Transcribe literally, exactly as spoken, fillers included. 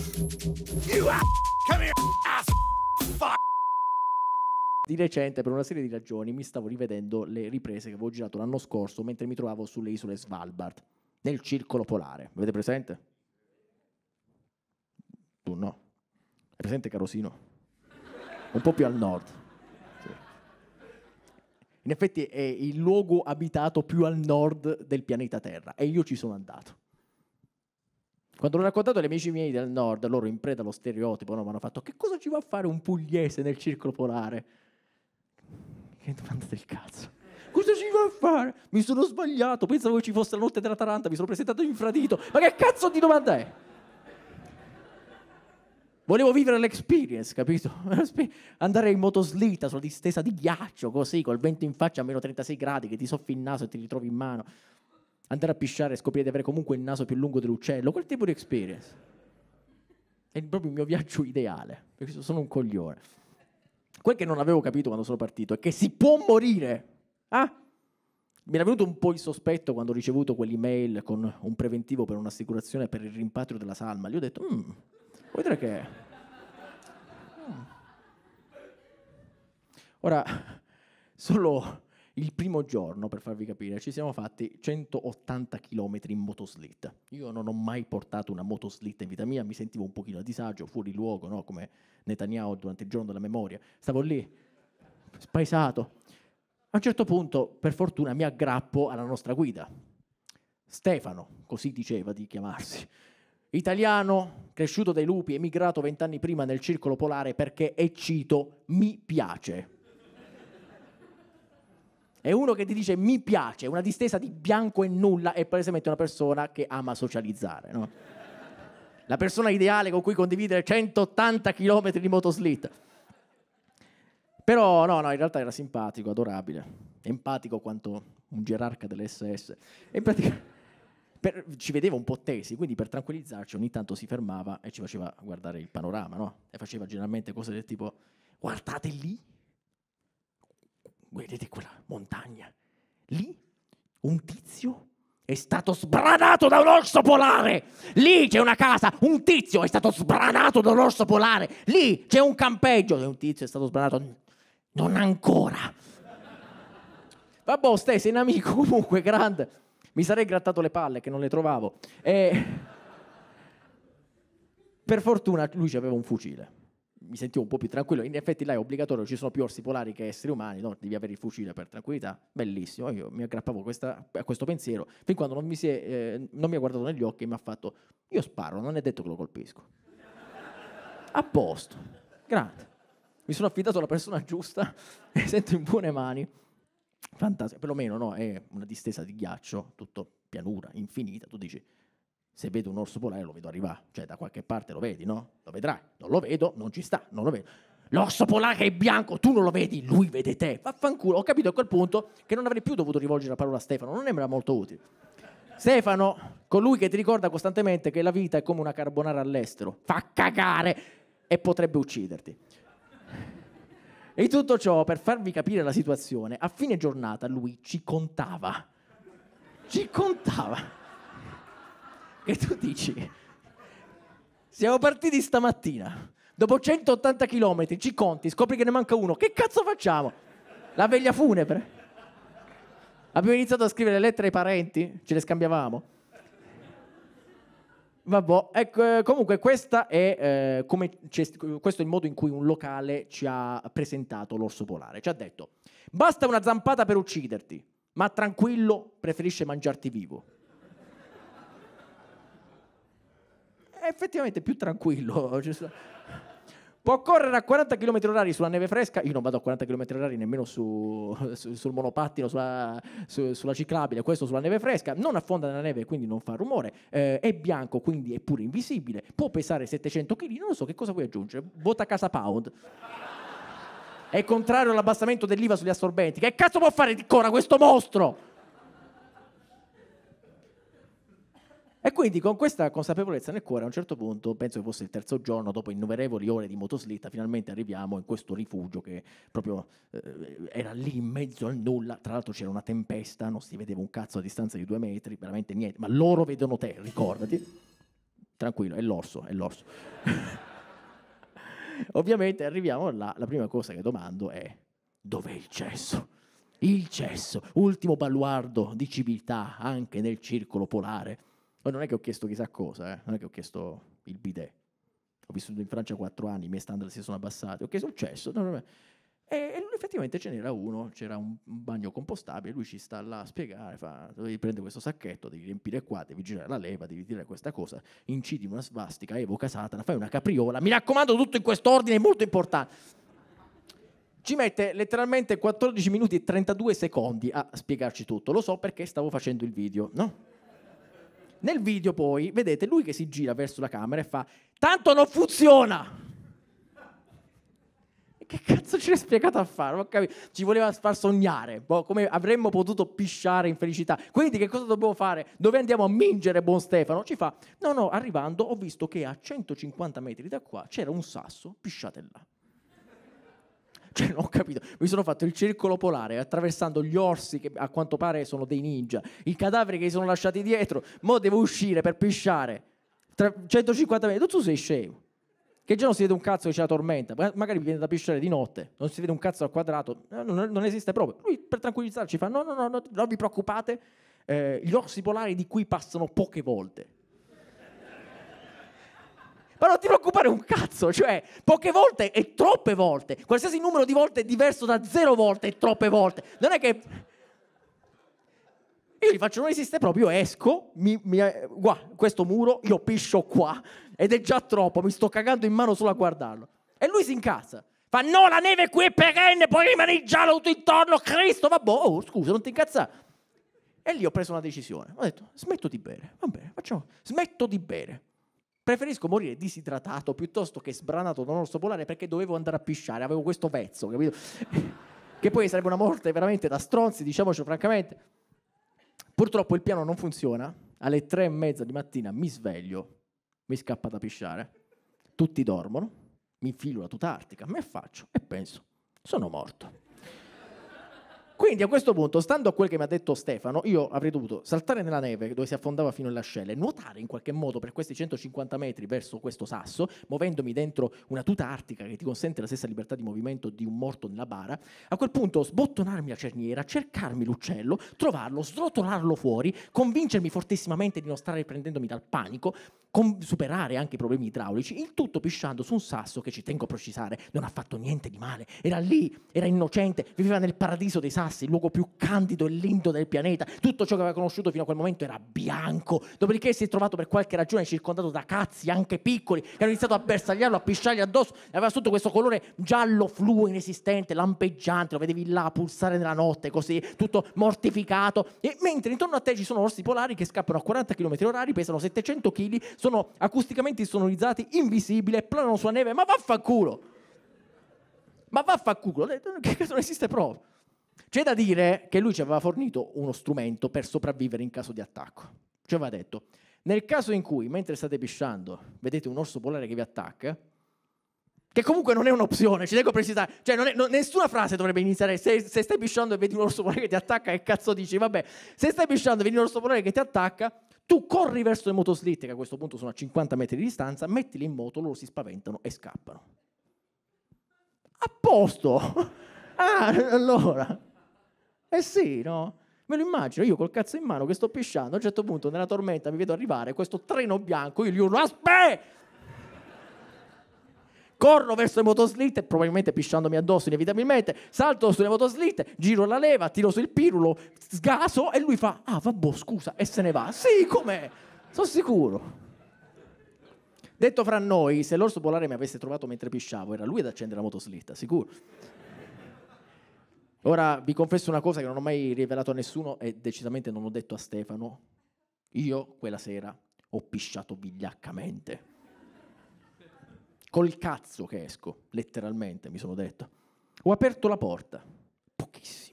You come here, ass fuck. Di recente, per una serie di ragioni, mi stavo rivedendo le riprese che avevo girato l'anno scorso mentre mi trovavo sulle isole Svalbard, nel circolo polare. Avete presente? Tu no. È presente Carosino? Un po' più al nord. Sì. In effetti è il luogo abitato più al nord del pianeta Terra e io ci sono andato. Quando l'ho raccontato agli amici miei del nord, loro in preda allo stereotipo, no, mi hanno fatto: che cosa ci va a fare un pugliese nel circolo polare? Che domanda del cazzo. Cosa ci va a fare? Mi sono sbagliato, pensavo che ci fosse la notte della Taranta, mi sono presentato infradito. Ma che cazzo di domanda è? Volevo vivere l'experience, capito? Andare in motoslitta sulla distesa di ghiaccio, così, col vento in faccia a meno trentasei gradi, che ti soffi il naso e ti ritrovi in mano. Andare a pisciare e scoprire di avere comunque il naso più lungo dell'uccello, quel tipo di experience. È proprio il mio viaggio ideale, perché sono un coglione. Quel che non avevo capito quando sono partito è che si può morire. Ah? Mi era venuto un po' il sospetto quando ho ricevuto quell'email con un preventivo per un'assicurazione per il rimpatrio della salma. Gli ho detto, mm, vuoi dire che... Mm. Ora, solo il primo giorno, per farvi capire, ci siamo fatti centottanta chilometri in motoslitta. Io non ho mai portato una motoslitta in vita mia, mi sentivo un pochino a disagio, fuori luogo, no? Come Netanyahu durante il giorno della memoria. Stavo lì, spaesato. A un certo punto, per fortuna, mi aggrappo alla nostra guida. Stefano, così diceva di chiamarsi. Italiano, cresciuto dai lupi, emigrato vent'anni prima nel circolo polare perché, e cito, mi piace. È uno che ti dice mi piace, una distesa di bianco e nulla, è palesemente una persona che ama socializzare, no? La persona ideale con cui condividere centottanta chilometri di motoslitta. Però no, no, in realtà era simpatico, adorabile, empatico quanto un gerarca dell'esse esse. E in pratica per, ci vedeva un po' tesi, quindi per tranquillizzarci ogni tanto si fermava e ci faceva guardare il panorama, no? E faceva generalmente cose del tipo, guardate lì, vedete quella montagna, lì un tizio è stato sbranato da un orso polare, lì c'è una casa, un tizio è stato sbranato da un orso polare, lì c'è un campeggio e un tizio è stato sbranato, non ancora. Vabbè, stai, sei un amico comunque grande, mi sarei grattato le palle che non le trovavo e per fortuna lui aveva un fucile. Mi sentivo un po' più tranquillo, in effetti là è obbligatorio, ci sono più orsi polari che esseri umani, no? Devi avere il fucile per tranquillità, bellissimo, io mi aggrappavo questa, a questo pensiero, fin quando non mi, si è, eh, non mi ha guardato negli occhi e mi ha fatto, io sparo, non è detto che lo colpisco. A posto, grande, mi sono affidato alla persona giusta, mi sento in buone mani, fantastico, perlomeno no, è una distesa di ghiaccio, tutto pianura, infinita, tu dici... Se vedo un orso polare lo vedo arrivare, cioè da qualche parte lo vedi, no? Lo vedrai, non lo vedo, non ci sta, non lo vedo. L'orso polare è bianco, tu non lo vedi, lui vede te. Vaffanculo, ho capito a quel punto che non avrei più dovuto rivolgere la parola a Stefano, non era molto utile. Stefano, colui che ti ricorda costantemente che la vita è come una carbonara all'estero, fa cagare e potrebbe ucciderti. E tutto ciò, per farvi capire la situazione, a fine giornata lui ci contava. Ci contava. E tu dici, siamo partiti stamattina, dopo centottanta chilometri, ci conti, scopri che ne manca uno, che cazzo facciamo? La veglia funebre? Abbiamo iniziato a scrivere lettere ai parenti, ce le scambiavamo. Vabbè, ecco, comunque questa è, eh, come questo è il modo in cui un locale ci ha presentato l'orso polare. Ci ha detto, basta una zampata per ucciderti, ma tranquillo, preferisce mangiarti vivo. È effettivamente più tranquillo. Può correre a quaranta chilometri orari sulla neve fresca. Io non vado a quaranta chilometri orari nemmeno su, su, sul monopattino, sulla, su, sulla ciclabile, questo sulla neve fresca. Non affonda nella neve, quindi non fa rumore. Eh, è bianco, quindi è pure invisibile. Può pesare settecento chili. Non lo so, che cosa vuoi aggiungere? Vota casa pound. È contrario all'abbassamento dell'I V A sugli assorbenti. Che cazzo può fare ancora questo mostro? E quindi con questa consapevolezza nel cuore a un certo punto, penso che fosse il terzo giorno, dopo innumerevoli ore di motoslitta, finalmente arriviamo in questo rifugio che proprio eh, era lì in mezzo al nulla. Tra l'altro c'era una tempesta, non si vedeva un cazzo a distanza di due metri, veramente niente, ma loro vedono te, ricordati. tranquillo, è l'orso, è l'orso. Ovviamente arriviamo là, la prima cosa che domando è: dov'è il cesso? Il cesso, ultimo baluardo di civiltà anche nel circolo polare. Ma non è che ho chiesto chissà cosa, eh? Non è che ho chiesto il bidet. Ho vissuto in Francia quattro anni, i miei standard si sono abbassati, ho chiesto il cesso. E effettivamente ce n'era uno, c'era un bagno compostabile, lui ci sta là a spiegare, fa: devi prendere questo sacchetto, devi riempire qua, devi girare la leva, devi tirare questa cosa, incidi una svastica, evoca Satana, fai una capriola, mi raccomando tutto in quest'ordine, è molto importante. Ci mette letteralmente quattordici minuti e trentadue secondi a spiegarci tutto, lo so perché stavo facendo il video, no? Nel video poi, vedete, lui che si gira verso la camera e fa: tanto non funziona! Che cazzo ci l'hai spiegato a fare? Non ho capito. Ci voleva far sognare, boh, come avremmo potuto pisciare in felicità. Quindi che cosa dobbiamo fare? Dove andiamo a mingere, buon Stefano? Ci fa: no, no, arrivando ho visto che a centocinquanta metri da qua c'era un sasso, pisciate là. Cioè, non ho capito. Mi sono fatto il circolo polare attraversando gli orsi che a quanto pare sono dei ninja, i cadaveri che si sono lasciati dietro, mo devo uscire per pisciare. Tra centocinquanta metri, tu sei scemo. Che già non si vede un cazzo che c'è la tormenta, magari viene da pisciare di notte, non si vede un cazzo al quadrato, non, non esiste proprio. Lui per tranquillizzarci fa: no, no, no, no, non vi preoccupate, eh, gli orsi polari di qui passano poche volte. Ma non ti preoccupare un cazzo, cioè poche volte e troppe volte, qualsiasi numero di volte è diverso da zero volte e troppe volte. Non è che... Io gli faccio: non esiste proprio, io esco, mi, mi, guarda, questo muro, io piscio qua, ed è già troppo, mi sto cagando in mano solo a guardarlo. E lui si incazza. Fa: no, la neve qui è perenne, poi rimane il giallo tutto intorno, Cristo, vabbè, oh, scusa, non ti incazzare. E lì ho preso una decisione. Ho detto: smetto di bere, va bene, facciamo, smetto di bere. Preferisco morire disidratato piuttosto che sbranato da un orso polare, perché dovevo andare a pisciare, avevo questo vezzo, capito? Che poi sarebbe una morte veramente da stronzi, diciamoci francamente. Purtroppo il piano non funziona, alle tre e mezza di mattina mi sveglio, mi scappa da pisciare, tutti dormono, mi infilo la tuta artica, me faccio e penso: sono morto. Quindi a questo punto, stando a quel che mi ha detto Stefano, io avrei dovuto saltare nella neve dove si affondava fino alle ascelle, nuotare in qualche modo per questi centocinquanta metri verso questo sasso, muovendomi dentro una tuta artica che ti consente la stessa libertà di movimento di un morto nella bara. A quel punto sbottonarmi la cerniera, cercarmi l'uccello, trovarlo, srotolarlo fuori, convincermi fortissimamente di non stare prendendomi dal panico, superare anche i problemi idraulici, il tutto pisciando su un sasso che, ci tengo a precisare, non ha fatto niente di male, era lì, era innocente, viveva nel paradiso dei sassi, il luogo più candido e lindo del pianeta. Tutto ciò che aveva conosciuto fino a quel momento era bianco, dopodiché si è trovato per qualche ragione circondato da cazzi anche piccoli che hanno iniziato a bersagliarlo, a pisciargli addosso, e aveva tutto questo colore giallo fluo inesistente, lampeggiante, lo vedevi là pulsare nella notte così, tutto mortificato, e mentre intorno a te ci sono orsi polari che scappano a quaranta chilometri orari, pesano settecento chili, sono acusticamente insonorizzati, invisibili e planano sulla neve. Ma vaffanculo! Ma vaffanculo! Che cosa non esiste proprio? C'è da dire che lui ci aveva fornito uno strumento per sopravvivere in caso di attacco. Ci aveva detto: nel caso in cui, mentre state pisciando, vedete un orso polare che vi attacca, che comunque non è un'opzione, ci tengo a precisare, cioè non è, non, nessuna frase dovrebbe iniziare: se, se stai pisciando e vedi un orso polare che ti attacca, che cazzo dici? Vabbè, se stai pisciando e vedi un orso polare che ti attacca, tu corri verso le motoslitte, che a questo punto sono a cinquanta metri di distanza, mettili in moto, loro si spaventano e scappano. A posto! Ah, allora... Eh sì, no? Me lo immagino, io col cazzo in mano che sto pisciando, a un certo punto nella tormenta mi vedo arrivare questo treno bianco, io gli urlo: aspetta! Corro verso le motoslitte, probabilmente pisciandomi addosso inevitabilmente, salto sulle motoslitte, giro la leva, tiro sul pirulo, sgaso e lui fa: ah, vabbè, scusa, e se ne va. Sì, com'è? Sono sicuro. Detto fra noi, se l'orso polare mi avesse trovato mentre pisciavo, era lui ad accendere la motoslitta, sicuro. Ora vi confesso una cosa che non ho mai rivelato a nessuno e decisamente non ho detto a Stefano. Io quella sera ho pisciato vigliaccamente. Col cazzo che esco, letteralmente mi sono detto. Ho aperto la porta, pochissimo.